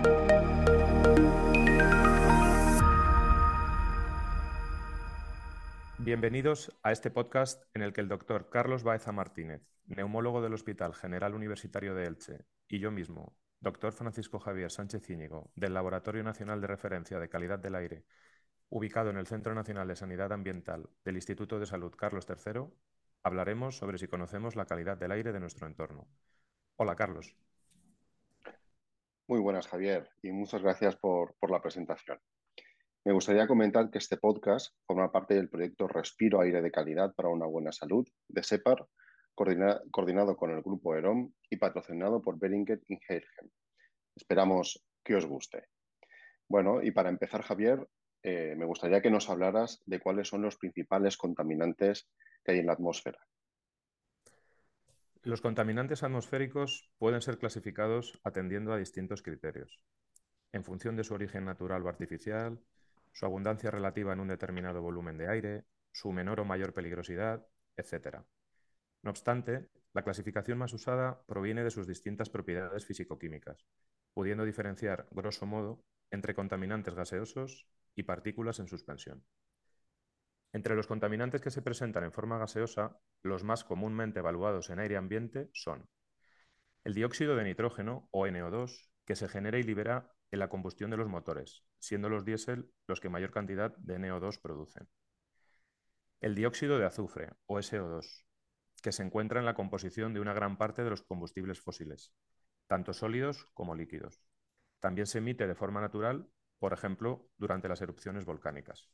Bienvenidos a este podcast en el que el doctor Carlos Baeza Martínez, neumólogo del Hospital General Universitario de Elche, y yo mismo, doctor Francisco Javier Sánchez Íñigo, del Laboratorio Nacional de Referencia de Calidad del Aire, ubicado en el Centro Nacional de Sanidad Ambiental del Instituto de Salud Carlos III, hablaremos sobre si conocemos la calidad del aire de nuestro entorno. Hola, Carlos. Muy buenas, Javier, y muchas gracias por la presentación. Me gustaría comentar que este podcast forma parte del proyecto Respiro Aire de Calidad para una Buena Salud de SEPAR, coordinado con el Grupo EROM y patrocinado por Beringen Ingelheim. Esperamos que os guste. Bueno, y para empezar, Javier, me gustaría que nos hablaras de cuáles son los principales contaminantes que hay en la atmósfera. Los contaminantes atmosféricos pueden ser clasificados atendiendo a distintos criterios, en función de su origen natural o artificial, su abundancia relativa en un determinado volumen de aire, su menor o mayor peligrosidad, etc. No obstante, la clasificación más usada proviene de sus distintas propiedades físico-químicas, pudiendo diferenciar, grosso modo, entre contaminantes gaseosos y partículas en suspensión. Entre los contaminantes que se presentan en forma gaseosa, los más comúnmente evaluados en aire ambiente son el dióxido de nitrógeno, o NO2, que se genera y libera en la combustión de los motores, siendo los diésel los que mayor cantidad de NO2 producen. El dióxido de azufre, o SO2, que se encuentra en la composición de una gran parte de los combustibles fósiles, tanto sólidos como líquidos. También se emite de forma natural, por ejemplo, durante las erupciones volcánicas.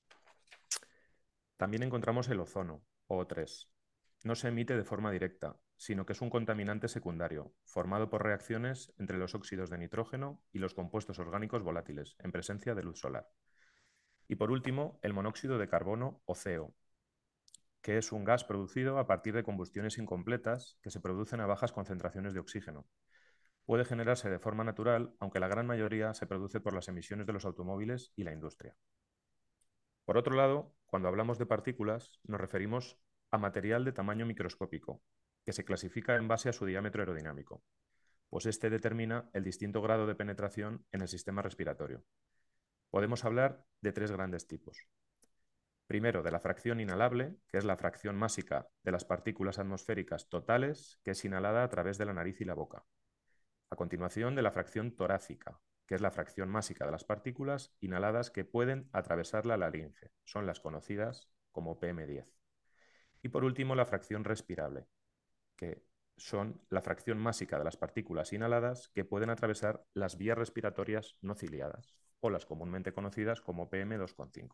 También encontramos el ozono, o O3. No se emite de forma directa, sino que es un contaminante secundario, formado por reacciones entre los óxidos de nitrógeno y los compuestos orgánicos volátiles, en presencia de luz solar. Y por último, el monóxido de carbono, o CO, que es un gas producido a partir de combustiones incompletas que se producen a bajas concentraciones de oxígeno. Puede generarse de forma natural, aunque la gran mayoría se produce por las emisiones de los automóviles y la industria. Por otro lado, cuando hablamos de partículas, nos referimos a material de tamaño microscópico, que se clasifica en base a su diámetro aerodinámico, pues este determina el distinto grado de penetración en el sistema respiratorio. Podemos hablar de tres grandes tipos. Primero, de la fracción inhalable, que es la fracción másica de las partículas atmosféricas totales, que es inhalada a través de la nariz y la boca. A continuación, de la fracción torácica, que es la fracción másica de las partículas inhaladas que pueden atravesar la laringe. Son las conocidas como PM10. Y por último, la fracción respirable, que son la fracción másica de las partículas inhaladas que pueden atravesar las vías respiratorias no ciliadas, o las comúnmente conocidas como PM2,5.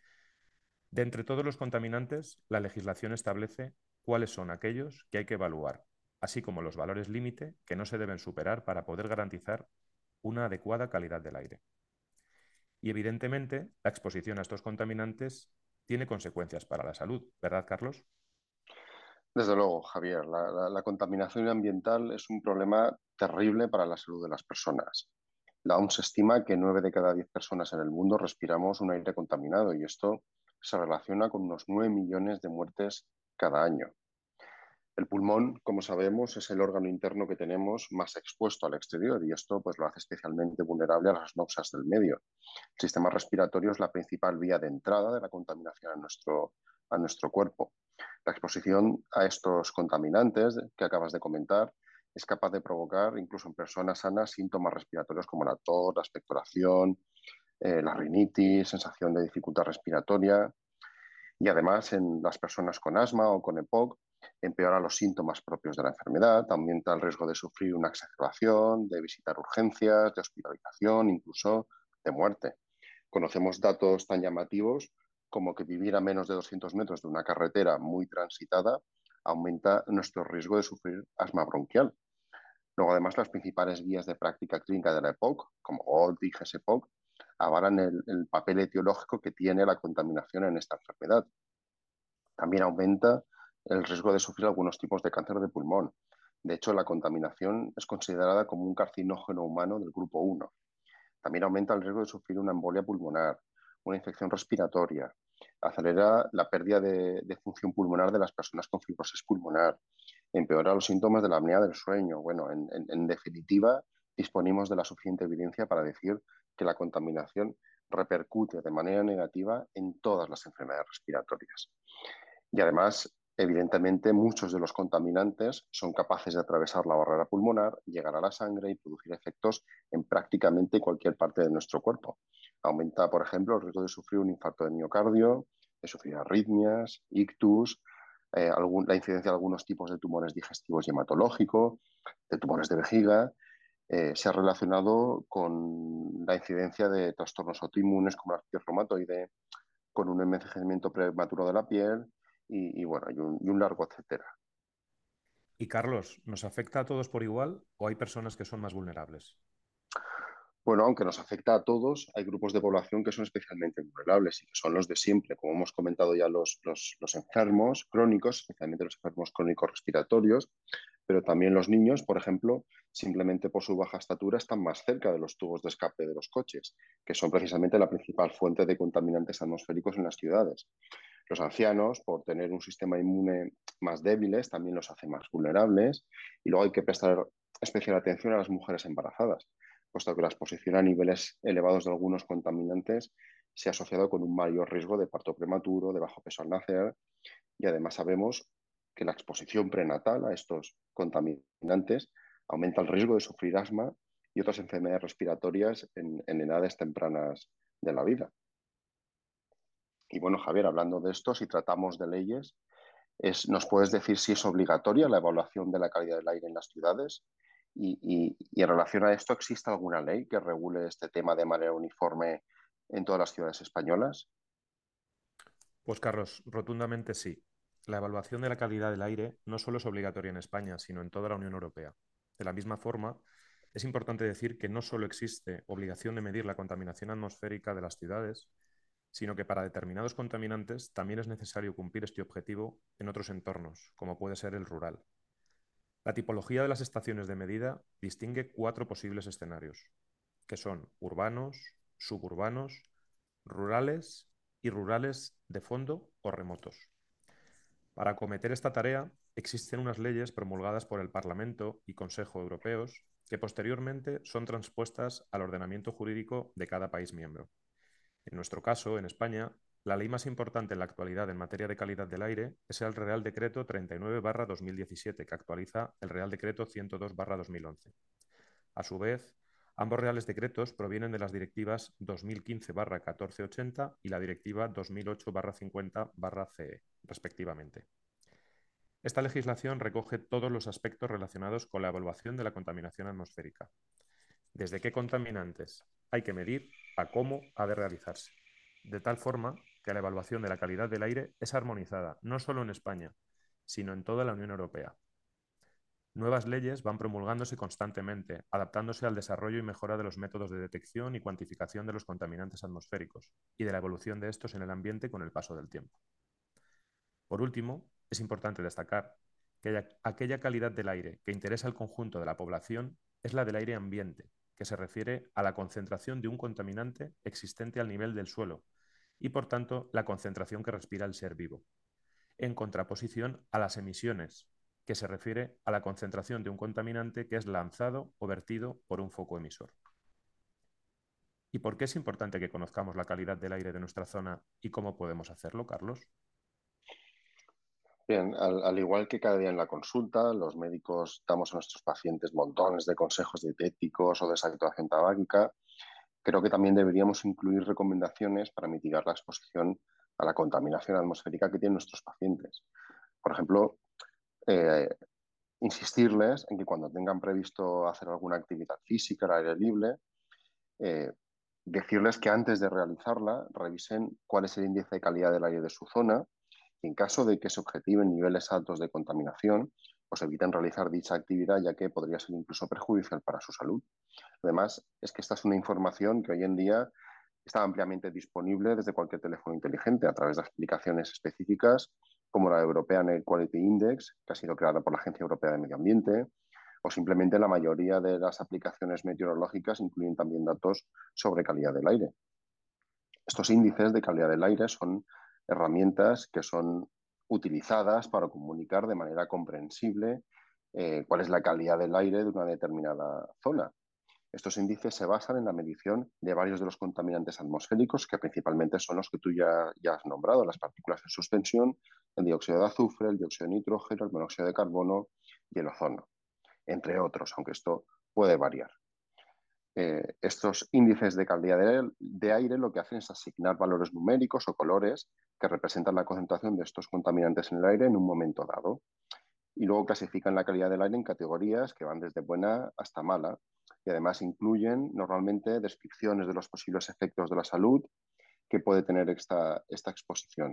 De entre todos los contaminantes, la legislación establece cuáles son aquellos que hay que evaluar, así como los valores límite que no se deben superar para poder garantizar una adecuada calidad del aire. Y evidentemente, la exposición a estos contaminantes tiene consecuencias para la salud, ¿verdad, Carlos? Desde luego, Javier, la contaminación ambiental es un problema terrible para la salud de las personas. La OMS estima que 9 de cada 10 personas en el mundo respiramos un aire contaminado y esto se relaciona con unos 9 millones de muertes cada año. El pulmón, como sabemos, es el órgano interno que tenemos más expuesto al exterior y esto pues, lo hace especialmente vulnerable a las noxas del medio. El sistema respiratorio es la principal vía de entrada de la contaminación a nuestro cuerpo. La exposición a estos contaminantes que acabas de comentar es capaz de provocar, incluso en personas sanas, síntomas respiratorios como la tos, la expectoración, la rinitis, sensación de dificultad respiratoria. Y además, en las personas con asma o con EPOC, empeora los síntomas propios de la enfermedad, aumenta el riesgo de sufrir una exacerbación, de visitar urgencias, de hospitalización, incluso de muerte. Conocemos datos tan llamativos como que vivir a menos de 200 metros de una carretera muy transitada aumenta nuestro riesgo de sufrir asma bronquial. Luego, además, las principales guías de práctica clínica de la EPOC, como GOLD y GESEPOC, avalan el papel etiológico que tiene la contaminación en esta enfermedad. También aumenta el riesgo de sufrir algunos tipos de cáncer de pulmón. De hecho, la contaminación es considerada como un carcinógeno humano del grupo 1. También aumenta el riesgo de sufrir una embolia pulmonar, una infección respiratoria, acelera la pérdida de función pulmonar de las personas con fibrosis pulmonar, empeora los síntomas de la apnea del sueño. Bueno, en definitiva, disponemos de la suficiente evidencia para decir que la contaminación repercute de manera negativa en todas las enfermedades respiratorias. Y además, evidentemente, muchos de los contaminantes son capaces de atravesar la barrera pulmonar, llegar a la sangre y producir efectos en prácticamente cualquier parte de nuestro cuerpo. Aumenta, por ejemplo, el riesgo de sufrir un infarto de miocardio, de sufrir arritmias, ictus, la incidencia de algunos tipos de tumores digestivos y hematológicos, de tumores de vejiga. Se ha relacionado con la incidencia de trastornos autoinmunes como la artritis reumatoide, con un envejecimiento prematuro de la piel bueno, y un largo etcétera. Y Carlos, ¿nos afecta a todos por igual o hay personas que son más vulnerables? Bueno, aunque nos afecta a todos, hay grupos de población que son especialmente vulnerables y que son los de siempre, como hemos comentado ya, los enfermos crónicos, especialmente los enfermos crónicos respiratorios, pero también los niños, por ejemplo, simplemente por su baja estatura, están más cerca de los tubos de escape de los coches, que son precisamente la principal fuente de contaminantes atmosféricos en las ciudades. Los ancianos, por tener un sistema inmune más débiles, también los hace más vulnerables. Y luego hay que prestar especial atención a las mujeres embarazadas, puesto que la exposición a niveles elevados de algunos contaminantes se ha asociado con un mayor riesgo de parto prematuro, de bajo peso al nacer, y además sabemos que la exposición prenatal a estos contaminantes aumenta el riesgo de sufrir asma y otras enfermedades respiratorias en edades tempranas de la vida. Y bueno, Javier, hablando de esto, si tratamos de leyes, ¿nos puedes decir si es obligatoria la evaluación de la calidad del aire en las ciudades? Y en relación a esto, ¿existe alguna ley que regule este tema de manera uniforme en todas las ciudades españolas? Pues Carlos, rotundamente sí. La evaluación de la calidad del aire no solo es obligatoria en España, sino en toda la Unión Europea. De la misma forma, es importante decir que no solo existe obligación de medir la contaminación atmosférica de las ciudades, sino que para determinados contaminantes también es necesario cumplir este objetivo en otros entornos, como puede ser el rural. La tipología de las estaciones de medida distingue 4 posibles escenarios, que son urbanos, suburbanos, rurales y rurales de fondo o remotos. Para acometer esta tarea, existen unas leyes promulgadas por el Parlamento y Consejo Europeos que posteriormente son transpuestas al ordenamiento jurídico de cada país miembro. En nuestro caso, en España, la ley más importante en la actualidad en materia de calidad del aire es el Real Decreto 39/2017, que actualiza el Real Decreto 102/2011. A su vez, ambos reales decretos provienen de las directivas 2015/1480 y la directiva 2008/50/CE, respectivamente. Esta legislación recoge todos los aspectos relacionados con la evaluación de la contaminación atmosférica, desde qué contaminantes hay que medir a cómo ha de realizarse, de tal forma que la evaluación de la calidad del aire es armonizada no solo en España, sino en toda la Unión Europea. Nuevas leyes van promulgándose constantemente, adaptándose al desarrollo y mejora de los métodos de detección y cuantificación de los contaminantes atmosféricos y de la evolución de estos en el ambiente con el paso del tiempo. Por último, es importante destacar que aquella calidad del aire que interesa al conjunto de la población es la del aire ambiente, que se refiere a la concentración de un contaminante existente al nivel del suelo y, por tanto, la concentración que respira el ser vivo, en contraposición a las emisiones, que se refiere a la concentración de un contaminante que es lanzado o vertido por un foco emisor. ¿Y por qué es importante que conozcamos la calidad del aire de nuestra zona y cómo podemos hacerlo, Carlos? Bien, al igual que cada día en la consulta, los médicos damos a nuestros pacientes montones de consejos dietéticos o de saturación tabáquica. Creo que también deberíamos incluir recomendaciones para mitigar la exposición a la contaminación atmosférica que tienen nuestros pacientes. Por ejemplo, eh, insistirles en que cuando tengan previsto hacer alguna actividad física al aire libre, eh, decirles que antes de realizarla revisen cuál es el índice de calidad del aire de su zona y en caso de que se objetiven niveles altos de contaminación, pues eviten realizar dicha actividad ya que podría ser incluso perjudicial para su salud. Además, es que esta es una información que hoy en día está ampliamente disponible desde cualquier teléfono inteligente a través de aplicaciones específicas como la European Air Quality Index, que ha sido creada por la Agencia Europea de Medio Ambiente, o simplemente la mayoría de las aplicaciones meteorológicas incluyen también datos sobre calidad del aire. Estos índices de calidad del aire son herramientas que son utilizadas para comunicar de manera comprensible cuál es la calidad del aire de una determinada zona. Estos índices se basan en la medición de varios de los contaminantes atmosféricos, que principalmente son los que tú ya has nombrado, las partículas en suspensión, el dióxido de azufre, el dióxido de nitrógeno, el monóxido de carbono y el ozono, entre otros, aunque esto puede variar. Estos índices de calidad de aire lo que hacen es asignar valores numéricos o colores que representan la concentración de estos contaminantes en el aire en un momento dado. Y luego clasifican la calidad del aire en categorías que van desde buena hasta mala. Y además incluyen normalmente descripciones de los posibles efectos de la salud que puede tener esta exposición.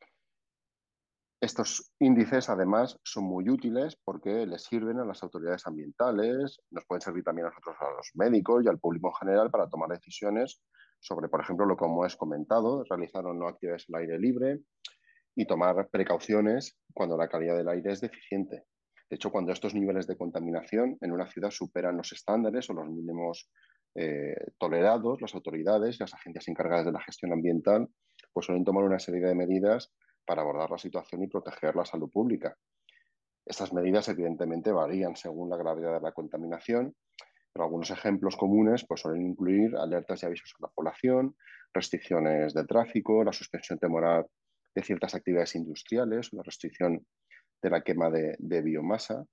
Estos índices, además, son muy útiles porque les sirven a las autoridades ambientales, nos pueden servir también a nosotros, a los médicos y al público en general para tomar decisiones sobre, por ejemplo, lo que como has comentado, realizar o no actividades al aire libre y tomar precauciones cuando la calidad del aire es deficiente. De hecho, cuando estos niveles de contaminación en una ciudad superan los estándares o los mínimos tolerados, las autoridades y las agencias encargadas de la gestión ambiental pues suelen tomar una serie de medidas para abordar la situación y proteger la salud pública. Estas medidas, evidentemente, varían según la gravedad de la contaminación, pero algunos ejemplos comunes pues, suelen incluir alertas y avisos a la población, restricciones de tráfico, la suspensión temporal de ciertas actividades industriales, la restricción de la quema de biomasa.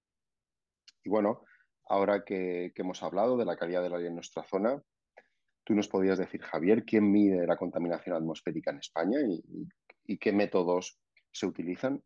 Y bueno, ahora que hemos hablado de la calidad del aire en nuestra zona, tú nos podrías decir, Javier, ¿quién mide la contaminación atmosférica en España y qué métodos se utilizan?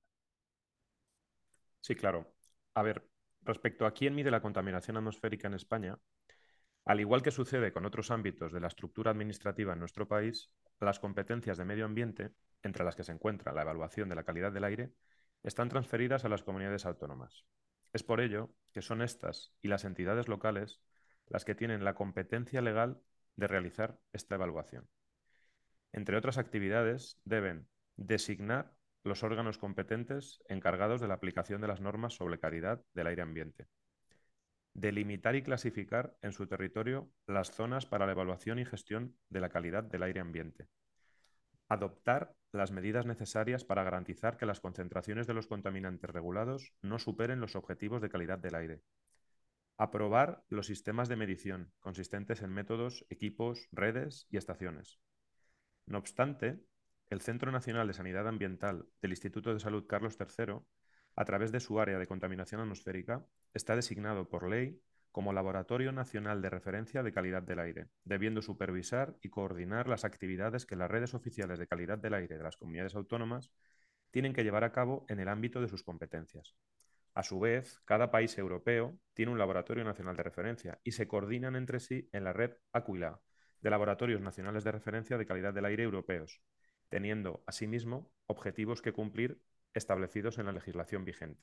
Sí, claro. A ver, respecto a quién mide la contaminación atmosférica en España, al igual que sucede con otros ámbitos de la estructura administrativa en nuestro país, las competencias de medio ambiente, entre las que se encuentra la evaluación de la calidad del aire, están transferidas a las comunidades autónomas. Es por ello que son estas y las entidades locales las que tienen la competencia legal de realizar esta evaluación. Entre otras actividades, deben designar los órganos competentes encargados de la aplicación de las normas sobre calidad del aire ambiente, delimitar y clasificar en su territorio las zonas para la evaluación y gestión de la calidad del aire ambiente, adoptar las medidas necesarias para garantizar que las concentraciones de los contaminantes regulados no superen los objetivos de calidad del aire, aprobar los sistemas de medición consistentes en métodos, equipos, redes y estaciones. No obstante, el Centro Nacional de Sanidad Ambiental del Instituto de Salud Carlos III, a través de su área de contaminación atmosférica, está designado por ley como Laboratorio Nacional de Referencia de Calidad del Aire, debiendo supervisar y coordinar las actividades que las redes oficiales de calidad del aire de las comunidades autónomas tienen que llevar a cabo en el ámbito de sus competencias. A su vez, cada país europeo tiene un laboratorio nacional de referencia y se coordinan entre sí en la red Aquila de laboratorios nacionales de referencia de calidad del aire europeos, teniendo asimismo objetivos que cumplir establecidos en la legislación vigente.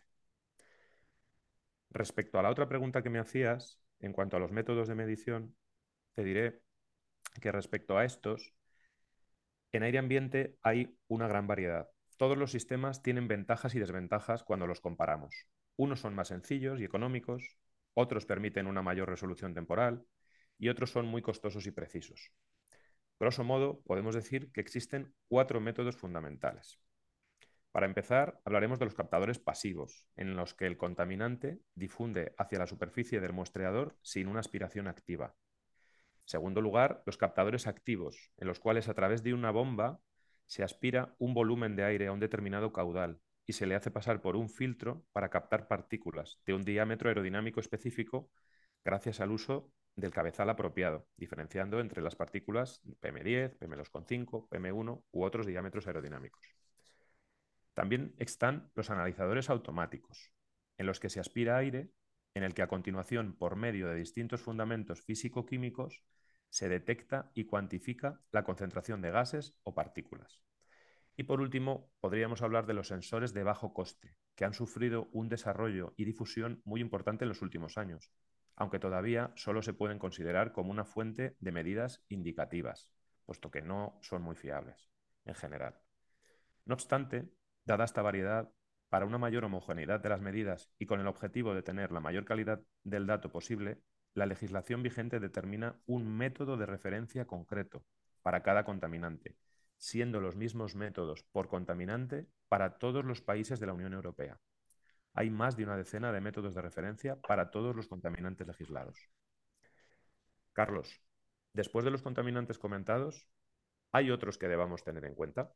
Respecto a la otra pregunta que me hacías, en cuanto a los métodos de medición, te diré que respecto a estos, en aire ambiente hay una gran variedad. Todos los sistemas tienen ventajas y desventajas cuando los comparamos. Unos son más sencillos y económicos, otros permiten una mayor resolución temporal y otros son muy costosos y precisos. Grosso modo, podemos decir que existen cuatro métodos fundamentales. Para empezar, hablaremos de los captadores pasivos, en los que el contaminante difunde hacia la superficie del muestreador sin una aspiración activa. Segundo lugar, los captadores activos, en los cuales a través de una bomba se aspira un volumen de aire a un determinado caudal y se le hace pasar por un filtro para captar partículas de un diámetro aerodinámico específico gracias al uso del cabezal apropiado, diferenciando entre las partículas PM10, PM2,5, PM1 u otros diámetros aerodinámicos. También están los analizadores automáticos, en los que se aspira aire, en el que a continuación, por medio de distintos fundamentos físico-químicos, se detecta y cuantifica la concentración de gases o partículas. Y por último, podríamos hablar de los sensores de bajo coste, que han sufrido un desarrollo y difusión muy importante en los últimos años, aunque todavía solo se pueden considerar como una fuente de medidas indicativas, puesto que no son muy fiables en general. No obstante, dada esta variedad, para una mayor homogeneidad de las medidas y con el objetivo de tener la mayor calidad del dato posible, la legislación vigente determina un método de referencia concreto para cada contaminante, siendo los mismos métodos por contaminante para todos los países de la Unión Europea. Hay más de una decena de métodos de referencia para todos los contaminantes legislados. Carlos, después de los contaminantes comentados, ¿hay otros que debamos tener en cuenta?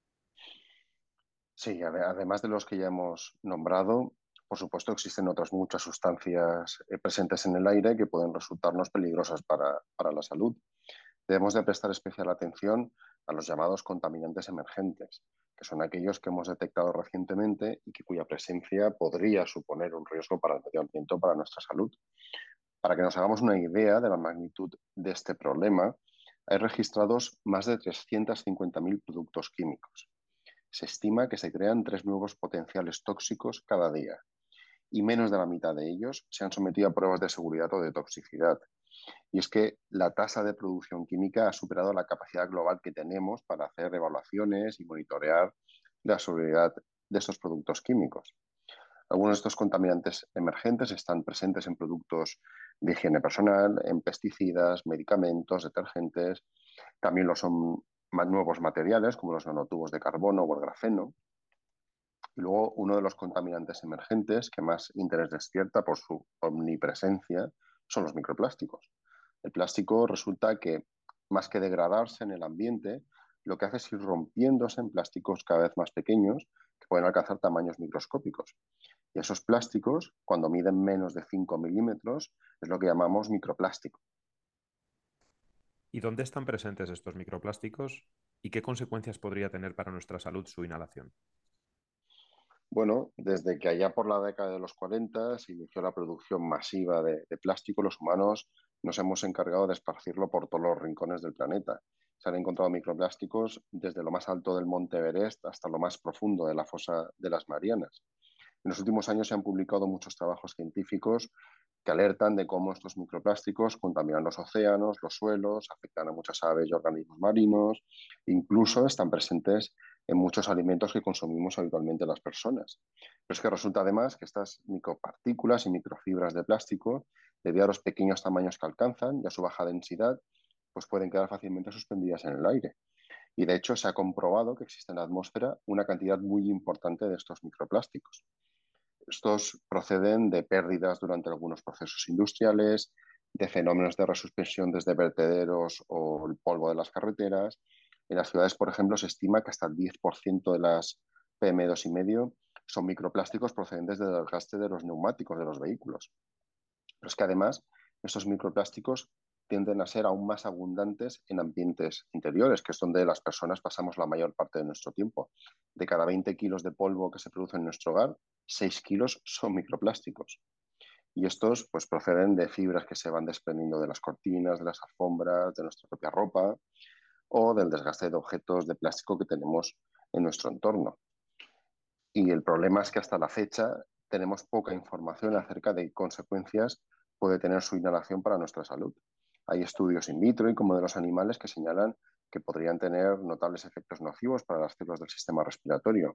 Sí, además de los que ya hemos nombrado, por supuesto existen otras muchas sustancias presentes en el aire que pueden resultarnos peligrosas para la salud. Debemos de prestar especial atención a los llamados contaminantes emergentes, que son aquellos que hemos detectado recientemente y cuya presencia podría suponer un riesgo para el medio ambiente o para nuestra salud. Para que nos hagamos una idea de la magnitud de este problema, hay registrados más de 350.000 productos químicos. Se estima que se crean 3 nuevos potenciales tóxicos cada día y menos de la mitad de ellos se han sometido a pruebas de seguridad o de toxicidad. Y es que la tasa de producción química ha superado la capacidad global que tenemos para hacer evaluaciones y monitorear la seguridad de estos productos químicos. Algunos de estos contaminantes emergentes están presentes en productos de higiene personal, en pesticidas, medicamentos, detergentes. También lo son nuevos materiales como los nanotubos de carbono o el grafeno. Y luego, uno de los contaminantes emergentes que más interés despierta por su omnipresencia son los microplásticos. El plástico resulta que, más que degradarse en el ambiente, lo que hace es ir rompiéndose en plásticos cada vez más pequeños que pueden alcanzar tamaños microscópicos. Y esos plásticos, cuando miden menos de 5 milímetros, es lo que llamamos microplástico. ¿Y dónde están presentes estos microplásticos y qué consecuencias podría tener para nuestra salud su inhalación? Bueno, desde que allá por la década de los 40 se inició la producción masiva de plástico, los humanos nos hemos encargado de esparcirlo por todos los rincones del planeta. Se han encontrado microplásticos desde lo más alto del Monte Everest hasta lo más profundo de la fosa de las Marianas. En los últimos años se han publicado muchos trabajos científicos que alertan de cómo estos microplásticos contaminan los océanos, los suelos, afectan a muchas aves y organismos marinos, incluso están presentes en muchos alimentos que consumimos habitualmente las personas. Pero es que resulta además que estas micropartículas y microfibras de plástico, debido a los pequeños tamaños que alcanzan y a su baja densidad, pues pueden quedar fácilmente suspendidas en el aire. Y de hecho se ha comprobado que existe en la atmósfera una cantidad muy importante de estos microplásticos. Estos proceden de pérdidas durante algunos procesos industriales, de fenómenos de resuspensión desde vertederos o el polvo de las carreteras. En las ciudades, por ejemplo, se estima que hasta el 10% de las PM2,5 son microplásticos procedentes del desgaste de los neumáticos de los vehículos. Pero es que además estos microplásticos tienden a ser aún más abundantes en ambientes interiores, que es donde las personas pasamos la mayor parte de nuestro tiempo. De cada 20 kilos de polvo que se produce en nuestro hogar, 6 kilos son microplásticos. Y estos pues, proceden de fibras que se van desprendiendo de las cortinas, de las alfombras, de nuestra propia ropa o del desgaste de objetos de plástico que tenemos en nuestro entorno. Y el problema es que hasta la fecha tenemos poca información acerca de qué consecuencias puede tener su inhalación para nuestra salud. Hay estudios in vitro y con modelos animales que señalan que podrían tener notables efectos nocivos para las células del sistema respiratorio.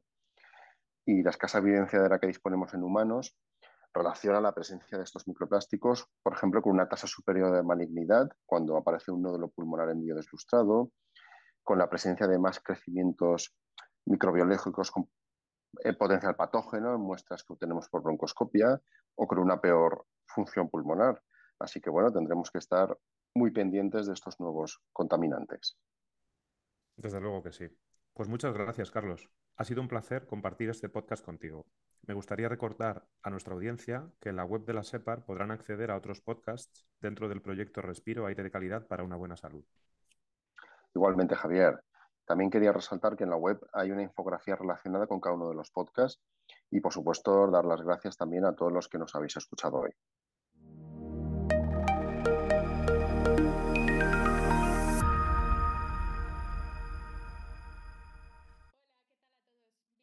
Y la escasa evidencia de la que disponemos en humanos relaciona la presencia de estos microplásticos, por ejemplo, con una tasa superior de malignidad cuando aparece un nódulo pulmonar en deslustrado, con la presencia de más crecimientos microbiológicos con potencial patógeno en muestras que obtenemos por broncoscopia o con una peor función pulmonar. Así que bueno, tendremos que estar muy pendientes de estos nuevos contaminantes. Desde luego que sí. Pues muchas gracias, Carlos. Ha sido un placer compartir este podcast contigo. Me gustaría recordar a nuestra audiencia que en la web de la SEPAR podrán acceder a otros podcasts dentro del proyecto Respiro Aire de Calidad para una buena salud. Igualmente, Javier, también quería resaltar que en la web hay una infografía relacionada con cada uno de los podcasts y, por supuesto, dar las gracias también a todos los que nos habéis escuchado hoy.